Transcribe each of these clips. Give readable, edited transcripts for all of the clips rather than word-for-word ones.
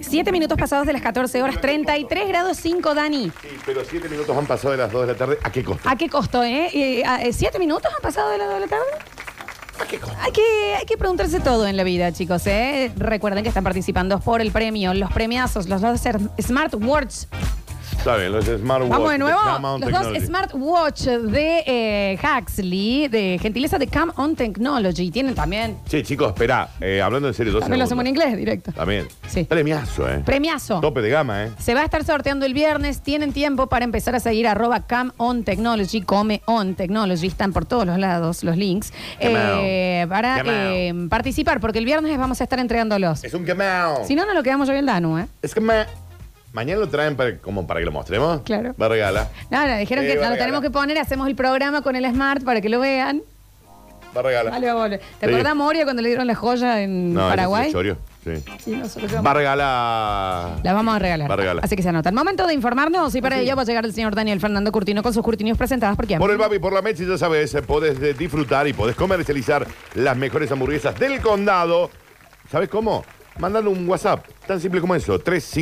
7 minutos pasados de las 14 horas, 33 grados 5, Dani. Sí, pero 7 minutos han pasado de las 2 de la tarde. ¿A qué costo? ¿A qué costo, ¿7 minutos han pasado de las 2 de la tarde? ¿A qué costo? Hay que preguntarse todo en la vida, chicos, ¿eh? Recuerden que están participando por el premio, los premiazos, los dos Smartwatch. Está bien, los Smartwatch. Vamos de nuevo. Come-On Los dos Technology. Smartwatch de Huxley, de gentileza de Come-On Technology. Tienen también. Sí, chicos, espera. Hablando en serio, 2 También lo segundos. hacemos en inglés, directo. También. Sí. Premiazo, Premiazo. Tope de gama, Se va a estar sorteando el viernes. Tienen tiempo para empezar a seguir @Come-On Technology, Come-On Technology. Están por todos los lados los links. Para participar, porque el viernes vamos a estar entregándolos. Es un quemao. Si no, nos lo quedamos yo y el Danu, ¿eh? Es que mañana lo traen como para que lo mostremos. Claro. Va a regalar. No, dijeron Sí, que va a no lo regalar. tenemos que poner. Hacemos el programa con el Smart para que lo vean. Va a regalar. Vale, va a volver. ¿Te Sí. acordás, Moria, cuando le dieron la joya en No, Paraguay? ese es Chorio. Sí. Sí, nosotros Va a regalar. la vamos a regalar. Va a regalar. Así que se anotan. Momento de informarnos y para ello va a llegar el señor Daniel Fernando Curtino con sus Curtinios presentadas por quién. Por el Babi y por la Mechi, ya sabes, podés disfrutar y podés comercializar las mejores hamburguesas del condado. ¿Sabes cómo? Mandando un WhatsApp, tan simple como eso,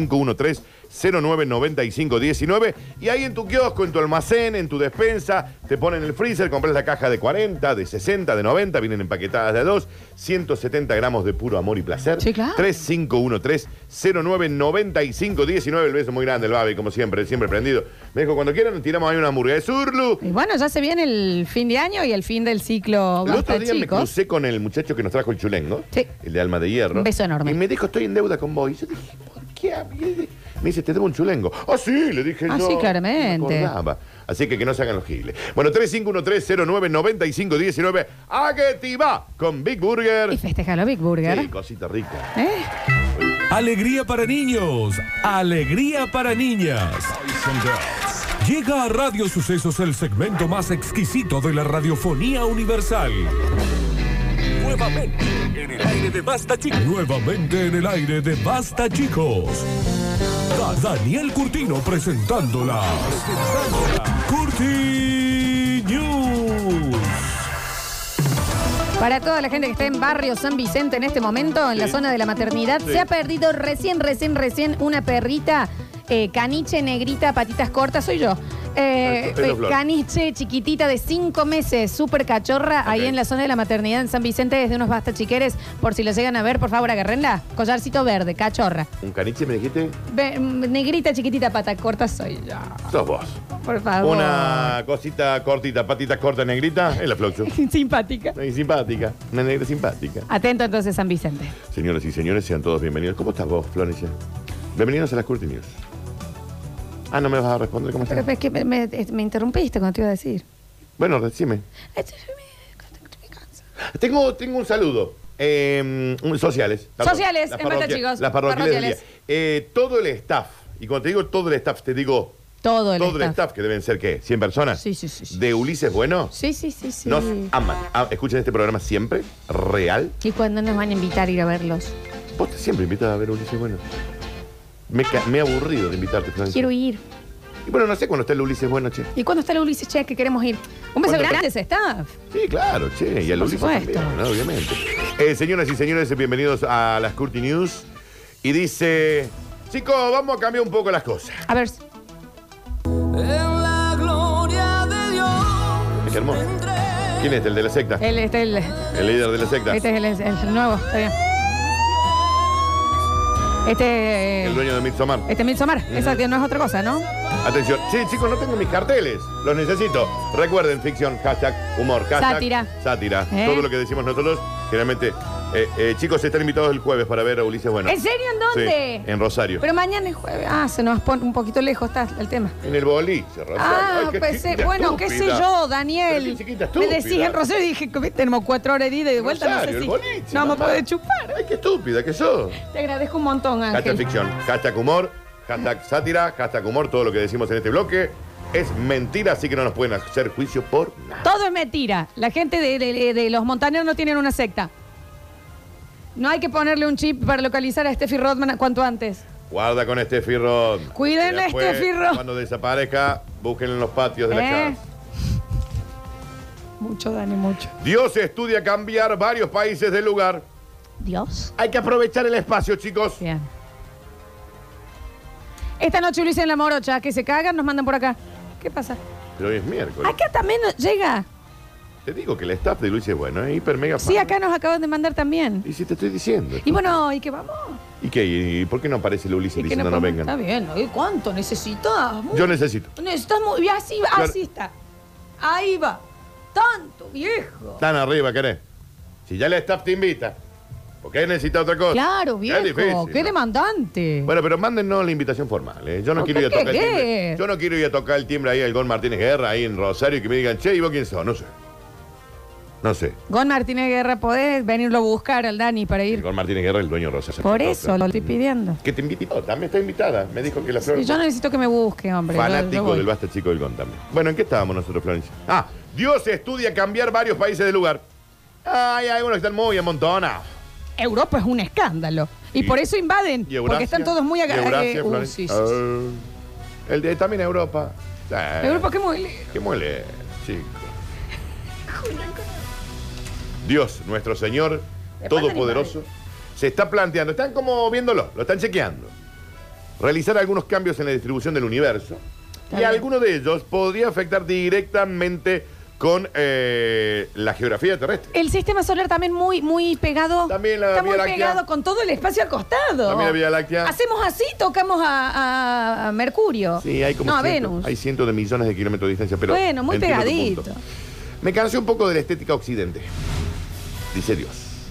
3513-099519. Y ahí en tu kiosco, en tu almacén, en tu despensa, te ponen el freezer, compras la caja de 40, de 60, de 90, vienen empaquetadas de a 2, 170 gramos de puro amor y placer. Sí, claro. 3513-099519. El beso muy grande, el Babi, como siempre prendido. Me dijo, cuando quieran, tiramos ahí una hamburguesa de Surlu. Y bueno, ya se viene el fin de año y el fin del ciclo. El Basta, otro día me chicos. crucé con el muchacho que nos trajo el chulengo, Sí. el de Alma de Hierro. Un beso enorme. Y me dijo, estoy en deuda con vos. Y yo dije, ¿por qué? Me dice, te debo un chulengo. Ah, sí, le dije Ah, yo. sí, claramente. No me acordaba. Así que no se hagan los giles. Bueno, 3513-099519. ¡Aguetiva! Con Big Burger. Y festejalo, Big Burger. Sí, cosita rica. Alegría para niños, alegría para niñas. Llega a Radio Sucesos el segmento más exquisito de la radiofonía universal. Nuevamente en el aire de Basta Chicos. Nuevamente en el aire de Basta Chicos. Daniel Curtino presentándola. Curti News. Para toda la gente que está en Barrio San Vicente en este momento, en la zona de la maternidad, Sí. se ha perdido recién una perrita, caniche negrita, patitas cortas, soy yo. Pelo flor. Caniche chiquitita de 5 meses, súper cachorra, ahí en la zona de la maternidad en San Vicente, desde unos basta chiqueres, por si lo llegan a ver, por favor, agárrenla. Collarcito verde, cachorra. ¿Un caniche me dijiste? Negrita, chiquitita, pata corta, soy yo. Sos vos. Por favor. Una cosita cortita, patita corta, negrita, es la Floxu. Simpática. Y simpática. Una negra simpática. Atento entonces, San Vicente. Señoras y señores, sean todos bienvenidos. ¿Cómo estás vos, Florencia? Bienvenidos a las Curti News. Ah, ¿no me vas a responder cómo estás? Pero es que me interrumpiste cuando te iba a decir. Bueno, decime. Tengo un saludo. Sociales. Sociales, Las en Basta, parroquias- chicos. Las parroquiales del día. Parroquiales. Todo el staff. Y cuando te digo todo el staff, te digo Todo el todo el staff. staff, que deben ser, ¿qué? ¿100 personas? Sí. De Ulises Bueno. Sí. Nos aman. Escuchan este programa siempre, real. ¿Y cuándo nos van a invitar a ir a verlos? Vos te siempre invitas a ver Ulises Bueno. Me he aburrido de invitarte, Florencia. Quiero ir. Y bueno, no sé cuándo está el Ulises Bueno, che. ¿Y cuándo está el Ulises Che que queremos ir? Un beso ¿Cuándo grande a ese staff. Sí, claro, che. Y al por Ulises supuesto. también, ¿no? Obviamente. Señoras y señores, bienvenidos a las Curti News. Y dice, chicos, vamos a cambiar un poco las cosas. A ver. En la gloria de Dios. Es que hermoso. ¿Quién es? ¿El de la secta? El El líder de la secta. este es el nuevo, está bien. El dueño de Midsommar. Este es Midsommar. Esa no es otra cosa, ¿no? Atención. Sí, chicos, no tengo mis carteles. Los necesito. Recuerden, ficción, hashtag, humor, hashtag. Sátira. Sátira. ¿Eh? Todo lo que decimos nosotros, generalmente. Chicos, están invitados el jueves para ver a Ulises Bueno. ¿En serio? ¿En dónde? Sí, en Rosario. Pero mañana es jueves. Ah, se nos pone un poquito lejos está el tema. En el boliche, Rosario. Ah, Ay, qué pensé, chiquita bueno, qué sé estúpida. yo, Daniel. Pero qué chiquita Me estúpida. decís en Rosario y dije que tenemos 4 horas de ida y de vuelta, Rosario, no sé el si boliche, no vamos a mamá. poder chupar. Ay, qué estúpida que sos. Te agradezco un montón, Hashtag Ángel. ficción, hashtag humor, hashtag sátira, hashtag humor, todo lo que decimos en este bloque es mentira, así que no nos pueden hacer juicio por nada. Todo es mentira. La gente de los montaneros no tienen una secta. No hay que ponerle un chip para localizar a Steffi Rodman cuanto antes. Guarda con Steffi Rod. Cuiden a Después, Steffi Rod. Cuando desaparezca, búsquenlo en los patios de la casa. Mucho, Dani, mucho. Dios estudia cambiar varios países del lugar. Dios. Hay que aprovechar el espacio, chicos. Bien. Esta noche Ulises en la morocha, que se cagan, nos mandan por acá. ¿Qué pasa? Pero hoy es miércoles. Acá también llega. Te digo que el staff de Luis es bueno, es hiper mega fan. Sí, acá nos acaban de mandar también. Y si te estoy diciendo. Y bueno, ¿y qué vamos? ¿Y qué? ¿Y por qué no aparece el Ulises ¿Y qué diciendo no podemos? vengan? Está bien, ¿no? ¿Cuánto necesitas? Yo necesito. Necesitas muy... Así, así está. Ahí va. Tanto, viejo. Tan arriba, querés. Si ya el staff te invita, ¿por qué necesita otra cosa? Claro, Es viejo. difícil, Qué ¿no? demandante. Bueno, pero mándennos la invitación formal, ¿eh? Yo no ¿Por quiero ir a qué tocar el timbre. querés? Yo no quiero ir a tocar el timbre ahí al Gon Martínez Guerra, ahí en Rosario, y que me digan, che, ¿y vos quién sos? No sé. No sé. Gon Martínez Guerra, ¿podés venirlo a buscar al Dani para El ir? Gon Martínez Guerra es el dueño de Rosario. Por eso lo estoy pidiendo. Que te invitó, también está invitada. Me dijo que la Flor. Y yo necesito que me busque, hombre. Yo Fanático voy. del Basta Chico del Gon también. Bueno, ¿en qué estábamos nosotros, Florencia? Ah, Dios estudia cambiar varios países de lugar. Hay algunos que están muy amontonados. Europa es un escándalo. Y por eso invaden. Y Eurasia, porque están todos muy Eurasia, agarrados. Florencia. Sí. El de también Europa. Europa, qué muy lejos. Qué muele, chico. Dios, nuestro Señor Todopoderoso, se está planteando, están como viéndolo, lo están chequeando, realizar algunos cambios en la distribución del universo. Está Y bien. alguno de ellos podría afectar directamente con la geografía terrestre. El sistema solar también muy pegado. También la está Vía muy Láctea. pegado con todo el espacio al costado. También la Vía Láctea. Hacemos así, tocamos a Mercurio. Sí, hay como no, a cientos, Venus. hay cientos de millones de kilómetros de distancia, pero Bueno, muy entiendo tu pegadito. punto. Me cansé un poco de la estética occidente, dice Dios.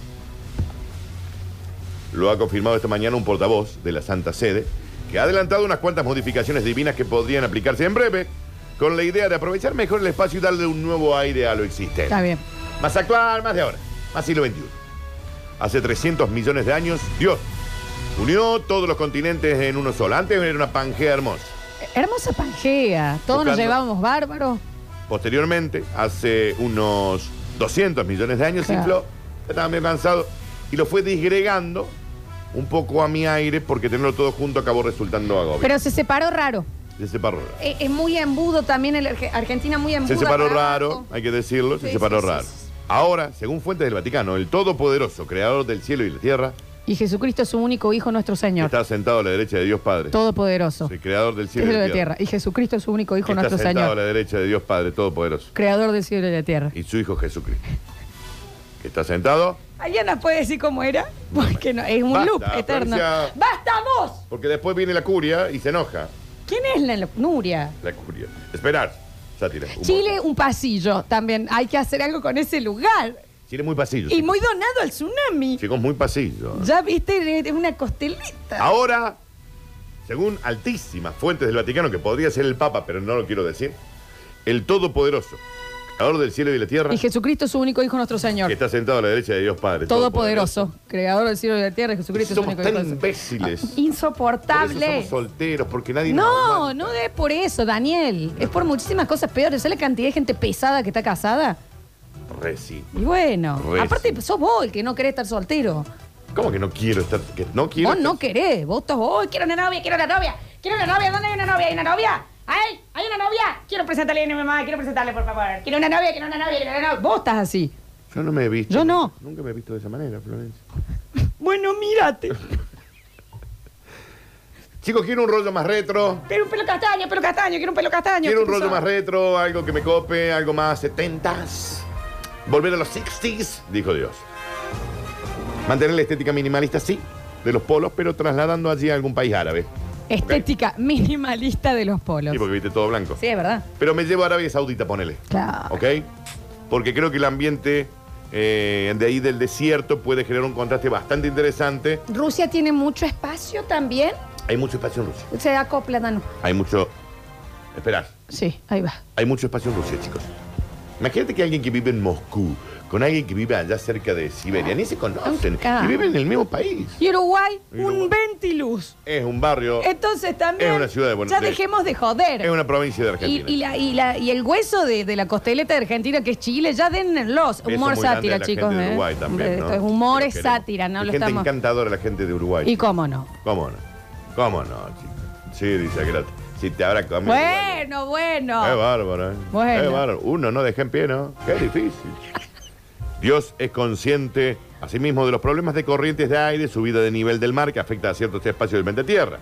Lo ha confirmado esta mañana un portavoz de la Santa Sede, que ha adelantado unas cuantas modificaciones divinas que podrían aplicarse en breve, con la idea de aprovechar mejor el espacio y darle un nuevo aire a lo existente. Está bien. Más actual, más de ahora, más siglo XXI. Hace 300 millones de años, Dios unió todos los continentes en uno solo. Antes era una Pangea hermosa. Hermosa Pangea. Todos nos Buscando. llevábamos bárbaros. Posteriormente, hace unos 200 millones de años, Claro. se infló, estaba medio cansado, y lo fue disgregando un poco a mi aire, porque tenerlo todo junto acabó resultando agobio. Pero se separó raro. Se separó raro. Es muy embudo también, Argentina muy embudo. Se separó raro, hay que decirlo, se Sí, separó sí, raro. sí, sí. Ahora, según fuentes del Vaticano, el Todopoderoso, creador del cielo y la tierra, Y Jesucristo es su único Hijo, nuestro Señor. está sentado a la derecha de Dios Padre. Todopoderoso. El creador del cielo Cielo y de la tierra. tierra. Y Jesucristo es su único Hijo, Está nuestro sentado a Señor. la derecha de Dios Padre Todopoderoso. Creador del cielo y de la tierra. Y su Hijo Jesucristo. Que está sentado, ¿Alguien nos puede decir cómo era? Porque no, es un Basta, loop eterno. Florencia. ¡Basta vos! porque después viene la curia y se enoja. ¿Quién es la Nuria? La curia. Esperar. Sátira. humor. Chile, un pasillo también. Hay que hacer algo con ese lugar. Chile es muy pasillo. Y muy donado al tsunami. Chicos, muy pasillo. Ya viste, es una costelita. Ahora, según altísimas fuentes del Vaticano, que podría ser el Papa, pero no lo quiero decir, el Todopoderoso, creador del cielo y de la tierra, Y Jesucristo es su único Hijo, nuestro Señor. que está sentado a la derecha de Dios Padre. Todopoderoso. Creador del cielo y de la tierra. Y Jesucristo es su Somos único tan Hijo. imbéciles. Por eso Insoportable. somos solteros, porque nadie nos No, aguanta. no es por eso, Daniel. Es por muchísimas cosas peores. ¿Sabes la cantidad de gente pesada que está casada? Reci. Y bueno, Re aparte sí. sos vos el que no querés estar soltero. ¿Cómo que no quiero estar? Que no quiero Vos no estar- querés, vos estás, oh, quiero una novia, quiero una novia, quiero una novia, ¿dónde hay una novia? ¿Hay una novia? ¡Ay! ¿Hay una novia? Quiero presentarle a mi mamá, quiero presentarle, por favor. Quiero una novia, quiero una novia, quiero una novia. Vos estás así. Yo no me he visto. Yo no. Nunca me he visto de esa manera, Florencia. Bueno, mírate. Chicos, quiero un rollo más retro. Quiero un pelo castaño, quiero un pelo castaño. Quiero un ¿Qué rollo pasó? más retro, algo que me cope, algo más 70s. Volver a los 60s, dijo Dios. Mantener la estética minimalista, sí, de los polos, pero trasladando allí a algún país árabe. Estética minimalista de los polos. Sí, porque viste todo blanco. Sí, es verdad. Pero me llevo a Arabia Saudita, ponele. Claro. ¿Ok? Porque creo que el ambiente de ahí del desierto puede generar un contraste bastante interesante. Rusia tiene mucho espacio también. Hay mucho espacio en Rusia. Se acopla, Danu. Hay mucho... Esperar. Sí, ahí va. Hay mucho espacio en Rusia, chicos. Imagínate que alguien que vive en Moscú, con alguien que vive allá cerca de Siberia, ni se conocen, Acá. y viven en el mismo país. Y Uruguay, Uruguay. un ventiluz. Es un barrio, Entonces también. Es una ciudad de Buenos Ya Aires. dejemos de joder. es una provincia de Argentina. Y el hueso de la costeleta de Argentina, que es Chile, ya denlos. Beso Humor muy grande sátira, a la chicos. gente de Uruguay también, Esto ¿no? es humor, Que es lo queremos. sátira, no Es lo gente estamos. encantadora la gente de Uruguay. ¿Y cómo no? ¿Cómo no? ¿Cómo no, chicos? Sí, dice Agrata. Si te habrá comido. Bueno, bueno. Es bárbaro, ¿eh? Bueno. Es bárbaro. Uno no deja en pie, ¿no? Qué difícil. Dios es consciente, asimismo, de los problemas de corrientes de aire, subida de nivel del mar que afecta a ciertos espacios del mente tierra.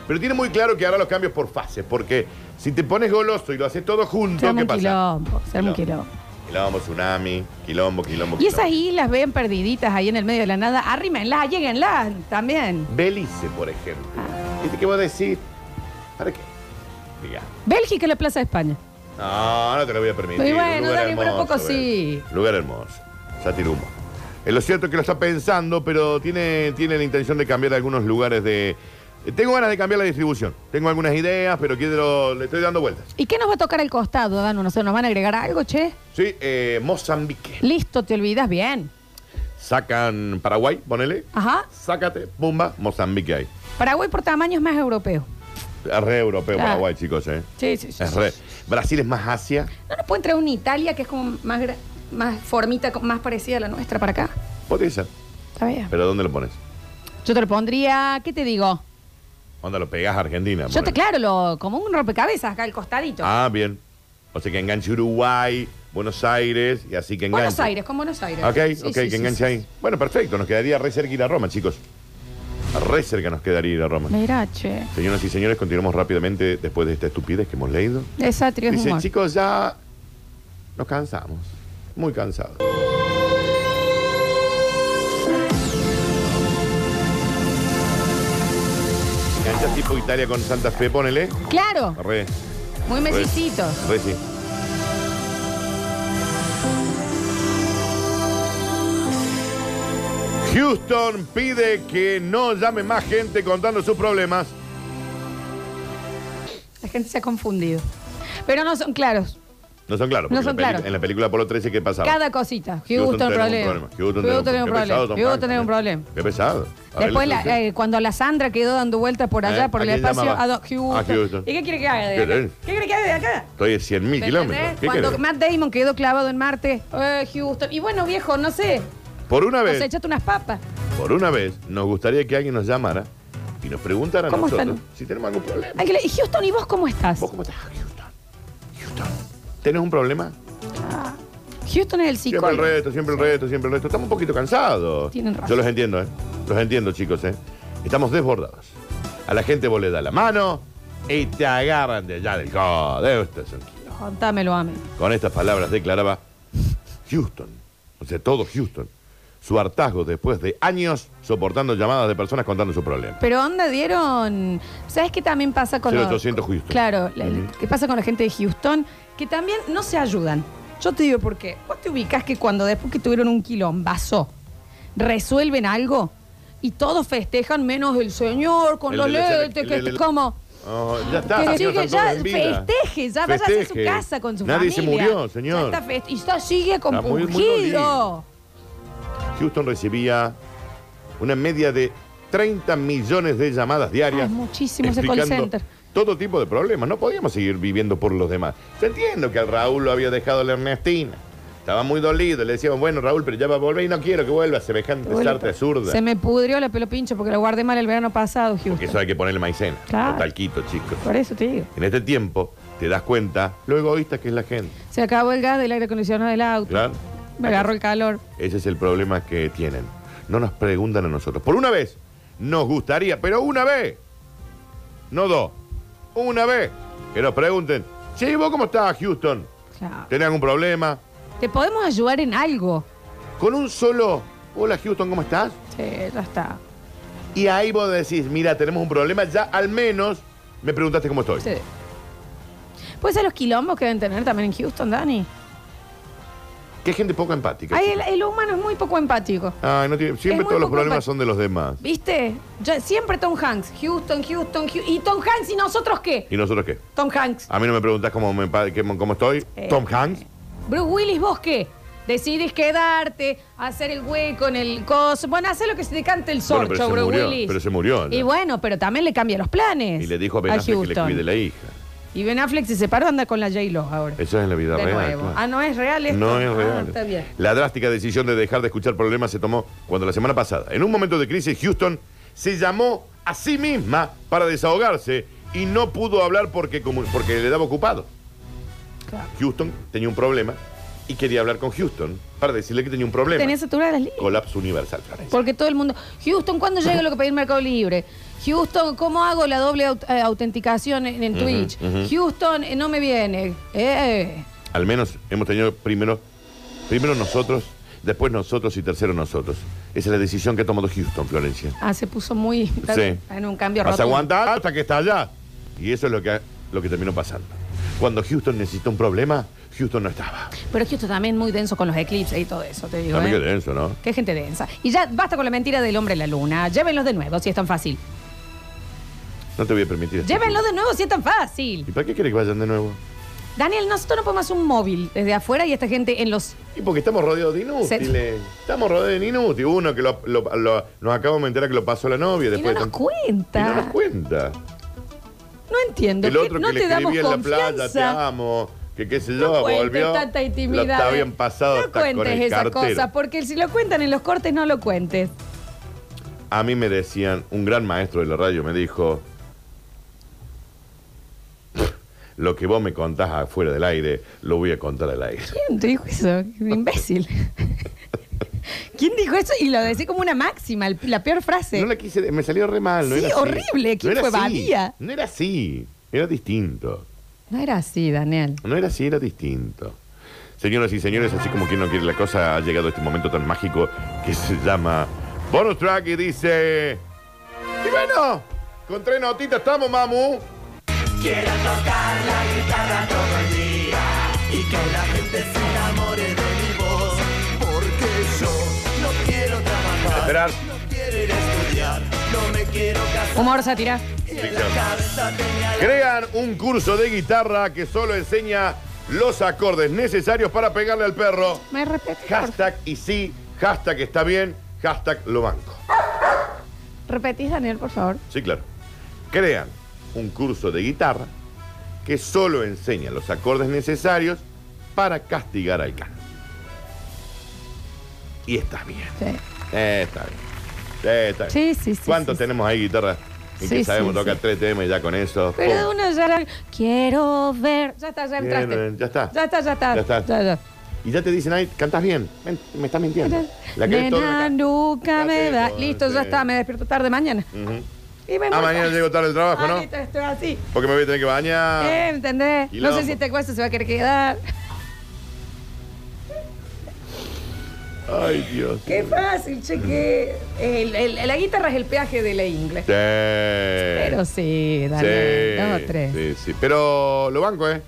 Pero tiene muy claro que hará los cambios por fases, porque si te pones goloso y lo haces todo junto, ¿qué pasa? Se arma un quilombo. Quilombo, tsunami, quilombo. Y esas islas ven perdiditas ahí en el medio de la nada, arrímenlas, lléguenlas también. Belice, por ejemplo. ¿Viste qué vos decís? ¿Para qué? Diga. Bélgica es la Plaza de España. No te lo voy a permitir. Y bueno, Lugar Dani, pero un poco hermoso, sí. Lugar hermoso. Satirumo. Lo cierto es que lo está pensando, pero tiene la intención de cambiar algunos lugares de... Tengo ganas de cambiar la distribución. Tengo algunas ideas, pero le estoy dando vueltas. ¿Y qué nos va a tocar al costado, Danu? No sé, ¿nos van a agregar algo, che? Sí, Mozambique. Listo, te olvidas bien. Sacan Paraguay, ponele. Ajá. Sácate, pumba, Mozambique ahí. Paraguay por tamaño es más europeo. Es re europeo Claro. Paraguay, chicos, Sí. Es re. Brasil es más Asia. ¿No nos pueden traer una Italia que es como más formita, más parecida a la nuestra para acá? Podría ser. Está bien. ¿Pero dónde lo pones? Yo te lo pondría, ¿qué te digo? ¿Dónde lo pegás a Argentina? Yo ponele. claro, como un rompecabezas acá al costadito. Ah, bien. O sea que enganche Uruguay, Buenos Aires y así que enganche. Buenos Aires, con Buenos Aires. Ok, Sí, que enganche ahí. Bueno, perfecto. Nos quedaría re cerca ir a Roma, chicos. Re cerca nos quedaría ir a Roma. Mira, che. Señoras y señores, continuamos rápidamente después de esta estupidez que hemos leído. Esa es Dice, humor. chicos, ya nos cansamos. Muy cansados. Engancha tipo Italia con Santa Fe, ponele. Claro, Re, muy mesicitos. re sí. Houston pide que no llame más gente contando sus problemas. La gente se ha confundido. Pero no son claros. No son claros. No porque son claros. En la película Apolo 13, ¿qué pasaba? Cada cosita. Houston Houston, tenemos problema. un problema. Houston Houston tenemos un Qué pesado, problema. Tom Houston Hanks, tenemos un ¿eh? problema. Qué pesado. A ver, Después, lo soluciona. cuando la Sandra quedó dando vueltas por allá, por el ¿a quién espacio, llamaba? a Houston. A Houston. ¿Y qué quiere que haga de ¿Qué acá? tenés? ¿Qué quiere que haga de acá? Estoy a 100.000 ¿Me kilómetros. entendés? ¿Qué Cuando querés? Matt Damon quedó clavado en Marte, Houston. Y bueno, viejo, no sé. Por una Nos vez, échate unas papas. nos gustaría que alguien nos llamara y nos preguntara a ¿Cómo nosotros están? si tenemos algún problema. Hay que y Houston, ¿y vos cómo estás? ¿Vos cómo estás, Houston? Houston, ¿tenés un problema? Houston es el Siempre el psicólogo. resto, siempre el resto, siempre el resto. Estamos un poquito cansados. Tienen razón. Yo los entiendo, Los entiendo, chicos, Estamos desbordados. A la gente vos le das la mano y te agarran de allá del codo. Esto es un quilombo. Contámelo a mí. Con estas palabras declaraba Houston, o sea, todo Houston, su hartazgo después de años soportando llamadas de personas contando sus problemas. Pero onda dieron. ¿Sabes qué también pasa con 0800 Houston. Claro, Ujú. ¿qué pasa con la gente de Houston? Que también no se ayudan. Yo te digo por qué. Vos te ubicás que cuando después que tuvieron un quilombazo, resuelven algo y todos festejan menos el señor con El los del- lentes, que es como. Oh, ya está, Que señor, sigue, están ya todos en vida. festeje, ya vaya a su Festeje. casa con su Nadie familia. se murió, señor. Ya está y ya sigue Está muy compungido. dolido. Houston recibía una media de 30 millones de llamadas diarias. Ah, es muchísimo ese call explicando center. todo tipo de problemas. No podíamos seguir viviendo por los demás. Yo entiendo que al Raúl lo había dejado la Ernestina. Estaba muy dolido. Le decíamos, bueno, Raúl, pero ya va a volver y no quiero que vuelva. Semejante sarte absurda. Se me pudrió la pelo pincho porque la guardé mal el verano pasado, Houston. Porque eso hay que ponerle maicena. Claro. O talquito, chicos. Por eso te digo. En este tiempo te das cuenta lo egoísta que es la gente. Se acabó el gas del aire acondicionado del auto. Claro. Me agarró el calor. Ese es el problema que tienen. No nos preguntan a nosotros. Por una vez, nos gustaría, pero una vez, no dos, una vez, que nos pregunten, che, ¿vos cómo estás, Houston? Claro. ¿Tenés algún problema? Te podemos ayudar en algo. Con un solo, hola, Houston, ¿cómo estás? Sí, ya está. Y ahí vos decís, mira, tenemos un problema, ya al menos me preguntaste cómo estoy. Sí. ¿Puede ser los quilombos que deben tener también en Houston, Dani? Qué gente poco empática. Ay, chicos. el humano es muy poco empático. Ay, no tiene- Es siempre muy todos los poco problemas empático. son de los demás. ¿Viste? Siempre Tom Hanks. Houston. ¿Y Tom Hanks y nosotros qué? ¿Y nosotros qué? Tom Hanks. A mí no me preguntás cómo estoy. Tom Hanks. Bruce Willis, ¿vos qué? Decidís quedarte, hacer el hueco en el coso. Bueno, hacer lo que se te cante el Bueno, sorcho, pero se Bruce murió, Willis. pero se murió, ¿no? Y bueno, pero también le cambia los planes. Y le dijo a Ben Affleck que le Houston. cuide la hija. Y Ben Affleck se separó, anda con la J-Lo ahora. Eso es en la vida De real. nuevo. claro. Ah, ¿no es real esto? No es Ah, real. está bien. La drástica decisión de dejar de escuchar problemas se tomó cuando la semana pasada, en un momento de crisis, Houston se llamó a sí misma para desahogarse y no pudo hablar porque le daba ocupado. Claro. Houston tenía un problema y quería hablar con Houston para decirle que tenía un problema. Tenés saturadas las líneas. Colapso universal, Florencia. Porque todo el mundo. Houston, ¿cuándo llega lo que pedir Mercado Libre? Houston, ¿cómo hago la doble autenticación en Twitch? Houston, no me viene. Al menos hemos tenido primero nosotros, después nosotros y tercero nosotros. Esa es la decisión que ha tomado Houston, Florencia. Se puso muy... Sí. En un cambio Vas a rotundo. aguantar hasta que está allá. Y eso es lo que terminó pasando. Cuando Houston necesitó un problema, Houston no estaba. Pero Houston también muy denso con los eclipses y todo eso, te digo. También que denso, ¿no? Qué gente densa. Y ya basta con la mentira del hombre en la luna. Llévenlos de nuevo si es tan fácil. No te voy a permitir esto. Llévenlos de nuevo si es tan fácil. ¿Y para qué quieres que vayan de nuevo? Daniel, nosotros no podemos hacer un móvil desde afuera y esta gente en los... Y porque estamos rodeados de inútiles. Estamos rodeados de inútiles. Uno que nos acabamos de enterar que lo pasó la novia. Y Después no nos cuenta. Y no nos cuenta. No entiendo. El otro no que le te damos escribía en la playa, te confianza. amo, que qué sé yo, No cuentes volvió. tanta intimidad. Lo habían pasado no hasta con cuentes el esa cartero. cosa, porque si lo cuentan en los cortes, no lo cuentes. A mí me decían, un gran maestro de la radio me dijo, lo que vos me contás afuera del aire, lo voy a contar al aire. ¿Quién te dijo eso? Imbécil. ¿Quién dijo eso? Y lo decía como una máxima, la peor frase. No la quise, me salió re mal. No Sí, era así. horrible. ¿Quién No era fue, así. Badía? No era así, era distinto. No era así, Daniel. No era así, era distinto. Señoras y señores, así como quien no quiere la cosa, ha llegado este momento tan mágico que se llama Bonus Track y dice... Y bueno, con 3 notitas estamos, mamu. Quiero tocar la guitarra todo el día y que la gente se enamore de mi voz, porque yo no quiero trabajar, Esperar. no quiero ir a estudiar, no me quiero casar. Humor, sátira. Y en la cabeza tenía la... Crean un curso de guitarra que solo enseña los acordes necesarios para pegarle al perro. ¿Me repetes? Hashtag y sí, hashtag está bien, hashtag lo banco. ¿Repetís, Daniel, por favor? Sí, claro. Crean un curso de guitarra que solo enseña los acordes necesarios para castigar al can. Y está bien. Sí. Está bien. Está bien. Sí, sí, sí. ¿Cuántos sí, tenemos ahí guitarras? Y Sí, que sabemos sí, tocar sí. 3 temas y ya con eso. Pero ¡pum! uno ya... Quiero ver... Ya está, ya entraste. Bien, ya está. Ya está, ya está. Ya está. Ya. Y ya te dicen ahí, cantas bien. Me estás mintiendo. La que es toda Nena, acá. nunca me La da... que es Listo, toda, ya sí. está. Me despierto tarde mañana. Ujú. Y me muero. Mañana llego tarde al trabajo, ¿no? Listo, estoy así. Porque me voy a tener que bañar. ¿Entendés? Y No sé loco. si este cuesta se va a querer quedar. Ay, Dios. Qué fácil, che, que... la guitarra es el peaje de la ingle. Sí. Pero sí, dale. Sí, 2 o 3. sí, sí. Pero lo banco, ¿eh?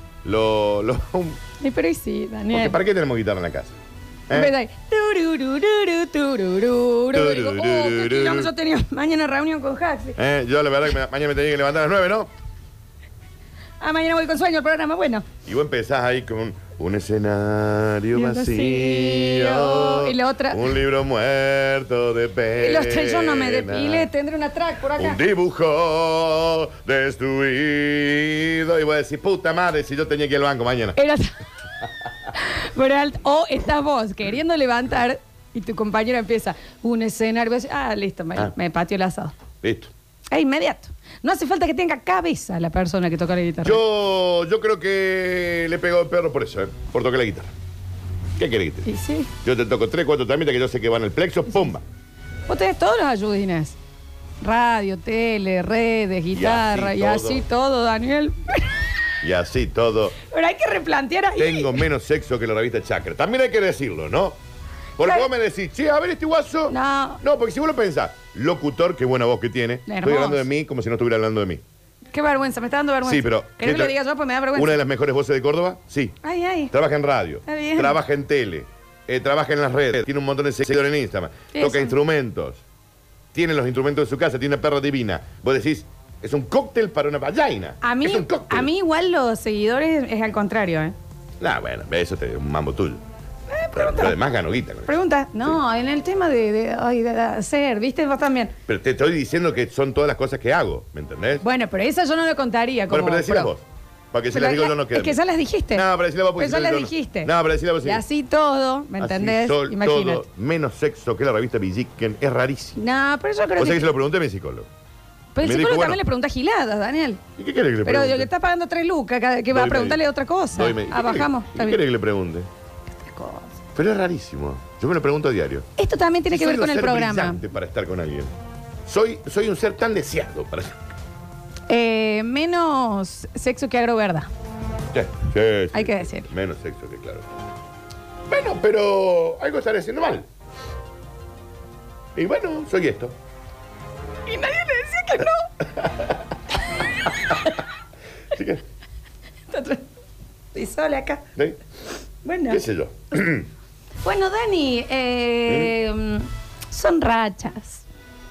Pero y sí, Daniel. Porque ¿para qué tenemos guitarra en la casa? Empieza ahí. Tururururu, turururu. Digo, qué quilombo, yo tenía mañana reunión con Jaxi. Yo la verdad que mañana me tenía que levantar a las 9, ¿no? Mañana voy con sueño al programa, bueno. Y vos empezás ahí con un escenario Bien vacío. vacío. Y la otra. Un libro muerto de pena. Y los 3 yo no me depilé, tendré una track por acá. Un dibujo destruido. Y voy a decir, puta madre, si yo tenía que ir al banco mañana. Era... O estás vos queriendo levantar y tu compañero empieza un escenario. Listo, me pateó el asado. Listo. Es inmediato. No hace falta que tenga cabeza la persona que toca la guitarra. Yo creo que le pegó el perro por eso, por tocar la guitarra. ¿Qué querés que te diga? Y sí. Yo te toco 3, 4 tamitas que yo sé que van al plexo, ¡pumba! Vos tenés todos los ayudines. Radio, tele, redes, guitarra y así todo, Daniel. Y así todo. Pero hay que replantear ahí. Tengo menos sexo que la revista Chakra. También hay que decirlo, ¿no? Porque Claro. vos me decís, che, a ver este guaso. No. No, porque si vos lo pensás, locutor, qué buena voz que tiene. Estoy Hermoso. hablando de mí como si no estuviera hablando de mí. Qué vergüenza, me está dando vergüenza. Sí, pero. ¿Querés que lo diga yo? Pues me da vergüenza. Una de las mejores voces de Córdoba, sí. Ay. Trabaja en radio. Está bien. Trabaja en tele. Trabaja en las redes. Tiene un montón de seguidores en Instagram. Eso. Toca instrumentos. Tiene los instrumentos de su casa. Tiene una perra divina. Vos decís, es un cóctel para una vallaina. Es un cóctel. A mí igual los seguidores es al contrario, ¿eh? Nah, bueno, eso es un mambo tuyo. Pero además gano guita con eso. Pregunta. No, en el tema de hacer, ¿viste? Vos también. Pero te estoy diciendo que son todas las cosas que hago, ¿me entendés? Bueno, pero esa yo no lo contaría como... Bueno, pero decilas vos. Para que si Pero las digo yo no quedo. Es que ya las dijiste. No, pero decila vos porque Pero ya si las yo no. dijiste. No, pero decila vos sí. Y así todo, ¿me entendés? Así Imagínate. todo, menos sexo que la revista Villiquen. Es rarísimo. No, pero yo creo O sea que que... se lo pregunté a mi psicólogo. Pero el me dijo, psicólogo bueno. también le pregunta giladas, Daniel. ¿Y qué quiere que le Pero pregunte? que está pagando 3 lucas, que va a Doy preguntarle medio. otra cosa. Doy medio. ¿Y qué Bajamos. quiere- Está ¿Y qué bien. quiere que le pregunte? Otra cosa. Pero es rarísimo. Yo me lo pregunto a diario. Esto también tiene que Soy ver con un el ser programa. brillante para estar con alguien. Soy un ser tan deseado para... Menos sexo que agroverda. Sí, sí. Hay que decir. Menos sexo que claro. Bueno, pero algo estaré haciendo mal. Y bueno, soy esto. Y nadie le decía que no. Así que, Estoy sola acá. ¿sí? Bueno. ¿Qué sé yo? Bueno, Dani, son rachas.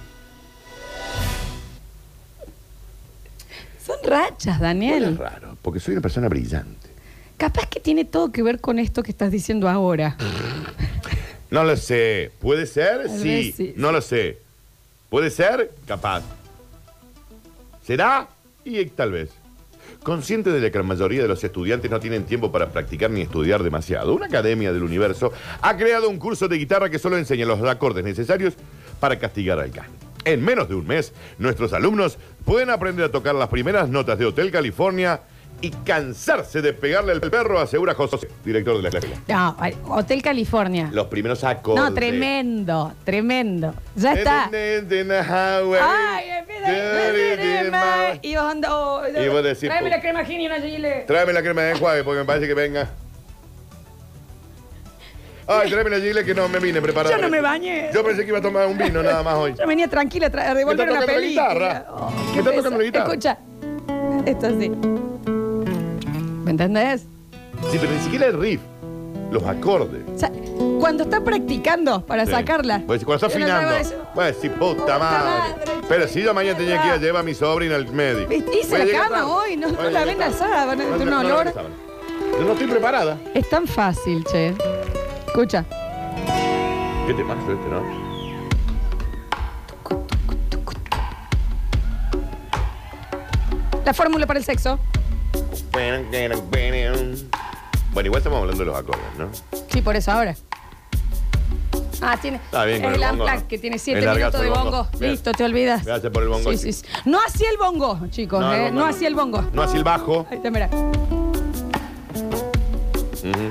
Son rachas, Daniel. Bueno, es raro, porque soy una persona brillante. Capaz que tiene todo que ver con esto que estás diciendo ahora. No lo sé. ¿Puede ser? Tal Sí. vez sí. No lo sé. ¿Puede ser? Capaz. ¿Será? Y tal vez. Consciente de que la mayoría de los estudiantes no tienen tiempo para practicar ni estudiar demasiado, una academia del universo ha creado un curso de guitarra que solo enseña los acordes necesarios para castigar al can. En menos de un mes, nuestros alumnos pueden aprender a tocar las primeras notas de Hotel California y cansarse de pegarle al perro, asegura José, director de la escuela. No, Hotel California. Los primeros acordes. No, tremendo, tremendo. Ya está. Ay, empieza. Y vos andando. Y vos decís, Tráeme la crema Gini y una Gile. Tráeme la crema de enjuague porque me parece que venga. Ay, tráeme la Gile que no me vine preparado. Yo no me bañé. Yo pensé que iba a tomar un vino nada más hoy. Yo venía tranquila a devolver una tocando la película. guitarra. Oh, Me qué está pesa. tocando la guitarra. Escucha. Esto sí. ¿Me entendés? Sí, pero ni siquiera el riff. Los acordes. O sea, cuando está practicando para Sí. sacarla. Pues cuando está yo no afinando. hago eso. Pues sí, puta madre. madre, Pero si yo mañana tenía que ir a llevar a mi sobrina al médico. Hice Voy a la llegar cama tarde. hoy, no Voy a la llegar ven la tarde. sábana, No, de un no, no, olor. la sábana. Yo no estoy preparada. Es tan fácil, che. Escucha. ¿Qué te pasa este, no? La fórmula para el sexo. Bueno, igual estamos hablando de los acordes, ¿no? Sí, por eso ahora. Ah, tiene. Está bien con es el el bongo, Unplugged ¿no? que tiene 7 El largazo minutos de del bongo. bongo. Bien. Listo, te olvidas. Gracias por el bongo, Sí, sí. sí, sí. No hacía el bongo, chicos. No, el bongo no no. hacía el bongo. No así el bajo. Ahí está, mira. Ujú.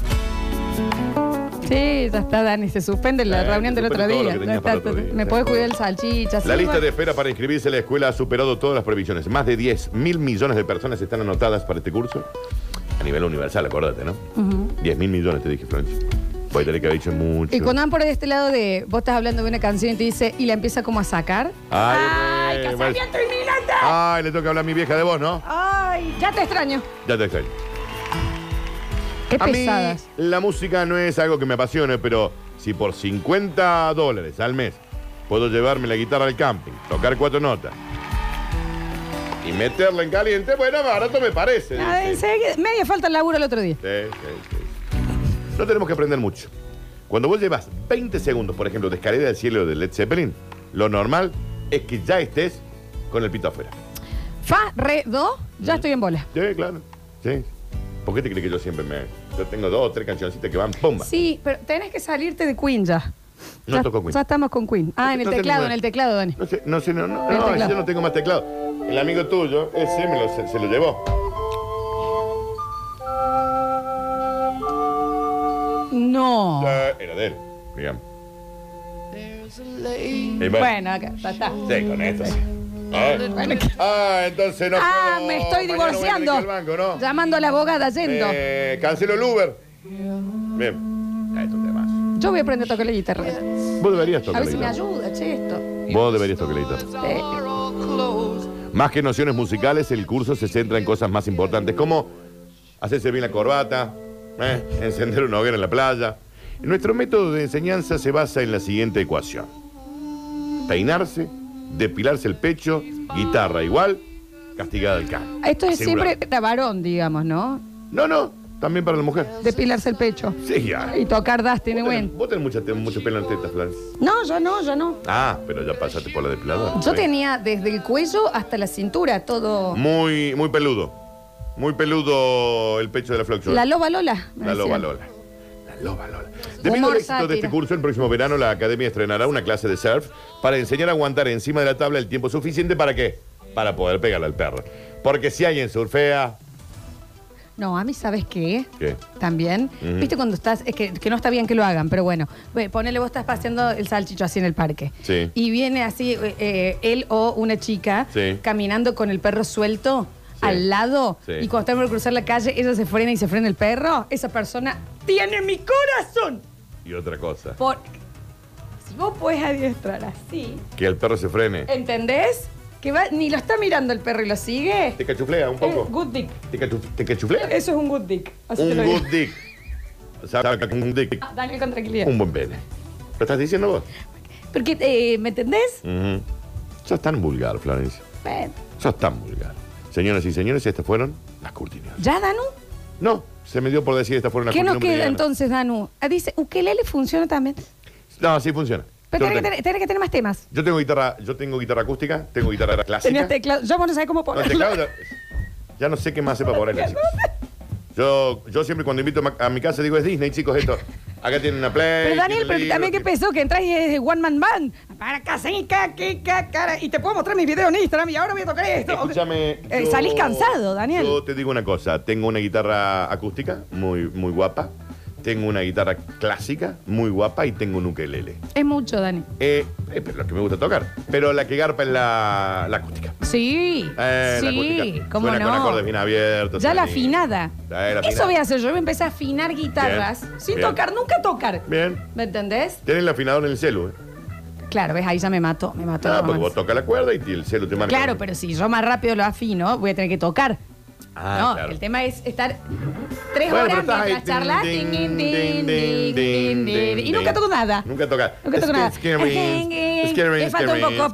Sí, ya está, Dani. Se suspende la reunión del otro suspende todo lo día. que tenías Ya para está, otro día. me podés cuidar el salchicha. La sí, lista va. de espera para inscribirse en la escuela ha superado todas las previsiones. Más de 10.000 millones de personas están anotadas para este curso. A nivel universal, acuérdate, ¿no? 10.000 millones, te dije, Florencia. Puede tener que haber dicho mucho. Y cuando van por este lado de vos estás hablando de una canción y te dice y la empieza como a sacar. Ay, ¡Casamiento inminente! Ay, le toca hablar a mi vieja de vos, ¿no? ¡Ay! Ya te extraño. Ya te extraño. Qué A mí pesadas. la música no es algo que me apasione, pero si por $50 al mes puedo llevarme la guitarra al camping, tocar 4 notas y meterla en caliente, bueno, barato me parece. Ah, dice. media falta el laburo el otro día. Sí. No tenemos que aprender mucho. Cuando vos llevas 20 segundos, por ejemplo, de Escalera del Cielo de Led Zeppelin, lo normal es que ya estés con el pito afuera. Fa, re, do, ya estoy en bola. Sí, claro. Sí. ¿Por qué te crees que yo siempre Yo tengo 2 o 3 cancioncitas que van ¡pumba! Sí, pero tenés que salirte de Queen ya. No Ya- toco Queen. Ya estamos con Queen. Ah, en el No teclado, tengo- en el teclado, Dani. No, El teclado. yo no tengo más teclado. El amigo tuyo, ese se lo llevó. No. Era de él, digamos. Y Bueno, acá, ya está. Sí, con esto sí. Bueno, que- Entonces no Ah, puedo- me estoy mañana voy a tener divorciando. que ir al banco, ¿no? Llamando a la abogada yendo. Cancelo el Uber. Bien. Ya, esto es un tema. Yo voy a aprender a tocar la guitarra. Vos deberías A tocar ver la si me guitarra. ayuda, che, esto. Vos deberías tocar la guitarra. Más que nociones musicales, el curso se centra en cosas más importantes, como hacerse bien la corbata, encender una hoguera en la playa. Nuestro método de enseñanza se basa en la siguiente ecuación. Peinarse, depilarse el pecho, guitarra igual, castigada al can. Esto es Asegurado. siempre para varón, digamos, ¿no? No, también para la mujer. Depilarse el pecho. Sí, ya. Y tocar Dustin Wayne. Vos tenés mucho pelo en tetas, Flores. No, yo no. Ah, pero ya pasaste por la depiladora. Yo Sí. tenía desde el cuello hasta la cintura todo. Muy peludo. Muy peludo el pecho de la Floxo. La loba Lola. me La decían. loba Lola. La loba Lola. Debido Humor al éxito de sátira. este curso, el próximo verano la academia estrenará una clase de surf para enseñar a aguantar encima de la tabla el tiempo suficiente para ¿qué? Para poder pegarle al perro. Porque si alguien surfea, No, a mí, ¿sabes qué? ¿Qué? También. ¿Viste cuando estás? Es que no está bien que lo hagan, pero bueno. Ponele, vos estás paseando el salchicho así en el parque. Sí. Y viene así él o una chica Sí. caminando con el perro suelto al lado. Sí. Y cuando están por cruzar la calle, ella se frena y se frena el perro. Esa persona tiene mi corazón. Y otra cosa. Si vos podés adiestrar así, Que el perro se frene. ¿entendés? Que ni lo está mirando el perro y lo sigue. ¿Te cachuflea un poco? Es good dick. ¿Te cachuflea? Eso es un good dick. Así te Un lo digo. good dick. ¿Sabes un dick? Daniel, con tranquilidad. Un buen pene. ¿Lo estás diciendo vos? Porque, ¿me entendés? Sos tan vulgar, Florencia. Bueno. Sos tan vulgar. Señoras y señores, estas fueron las cortinas. ¿Ya, Danu? No, se me dio por decir estas fueron las ¿Qué cortinas. nos queda entonces, Danu? Dice, ukelele funciona también. No, sí funciona. Pero Yo, tenés que tener más temas. yo tengo guitarra acústica, tengo guitarra clásica. Tenías teclado. Yo no sé cómo No, ponerlo. teclado ya no sé qué más hacer para ponerle, chicos. Yo siempre cuando invito a mi casa digo, es Disney, chicos, esto. Acá tienen una Play. Pero Daniel, tienen pero también libros, que pensó que entras y es de One Man Band. Para caseca, cara. Y te puedo mostrar mis videos en Instagram y ahora voy a tocar esto. Escúchame. Salís cansado, Daniel. Yo te digo una cosa. Tengo una guitarra acústica muy, muy guapa. Tengo una guitarra clásica muy guapa y tengo un ukelele. Es mucho, Dani. Pero lo que me gusta tocar. Pero la que garpa es la acústica. Sí. La Sí, acústica. cómo Suena no. con acordes bien abiertos. Ya la suena afinada. La Eso afinada. voy a hacer yo. Voy a empezar a afinar guitarras Bien, sin bien. tocar, nunca tocar. Bien. ¿Me entendés? Tienen el afinador en el celu, ¿eh? Claro, ves, ahí ya me mato. No, nomás. porque vos tocas la cuerda y el celu te marca. Claro, pero si yo más rápido lo afino, voy a tener que tocar. Ah, No, claro. el tema es estar 3 Bueno, horas pero estás ahí, mientras charlas. ding, Ding, ding, ding, ding, ding, ding, ding. Y nunca toco nada. Nunca tocas. Nunca toco nada. Skirrins, Le falta un poco.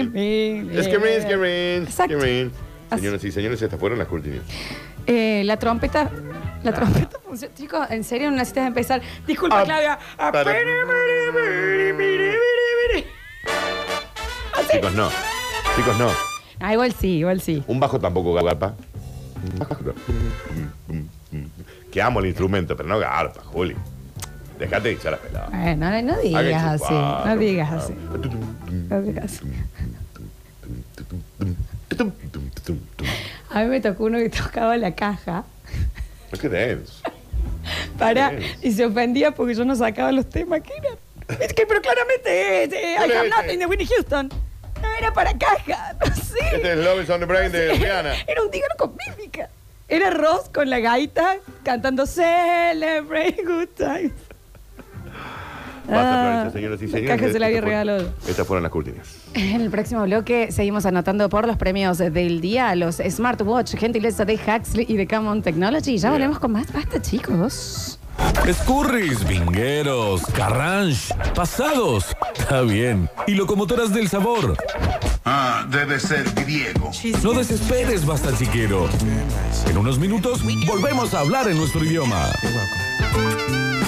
Exacto. Señoras y señores, estas fueron las cortinas. La trompeta. La trompeta funciona. Chicos, en serio, no necesitas empezar. Disculpa, Ah, Claudia. para- Así. Chicos, no. Chicos, no. Ah, igual sí. Un bajo tampoco garpa. Un bajo no. Que amo el instrumento, pero no garpa, Juli. Déjate de echar las peladas. No digas así. No digas así. No digas así. A mí me tocó uno que tocaba la caja. ¿Qué tenés? Y se ofendía porque yo no sacaba los temas que eran. Es que, pero claramente es I Have Nothing de Whitney Houston. No era para caja, no sé. Este es Love is on the Brain de Rihanna. Era un tigre con mímica. Era Ross con la gaita cantando Celebrate Good Times. Basta, Florencia, señoras y la señores. caja se la había Estas fueron- regalado. Estas fueron las cortinas. En el próximo bloque seguimos anotando por los premios del día, los Smartwatch, gentileza de Huxley y de Come On Technology. Ya Bien. volvemos con más. Basta, chicos. Escurris, vingueros, carranche, pasados. Está bien. Y locomotoras del sabor. Ah, debe ser griego. No desesperes, basta chiquero. En unos minutos volvemos a hablar en nuestro idioma.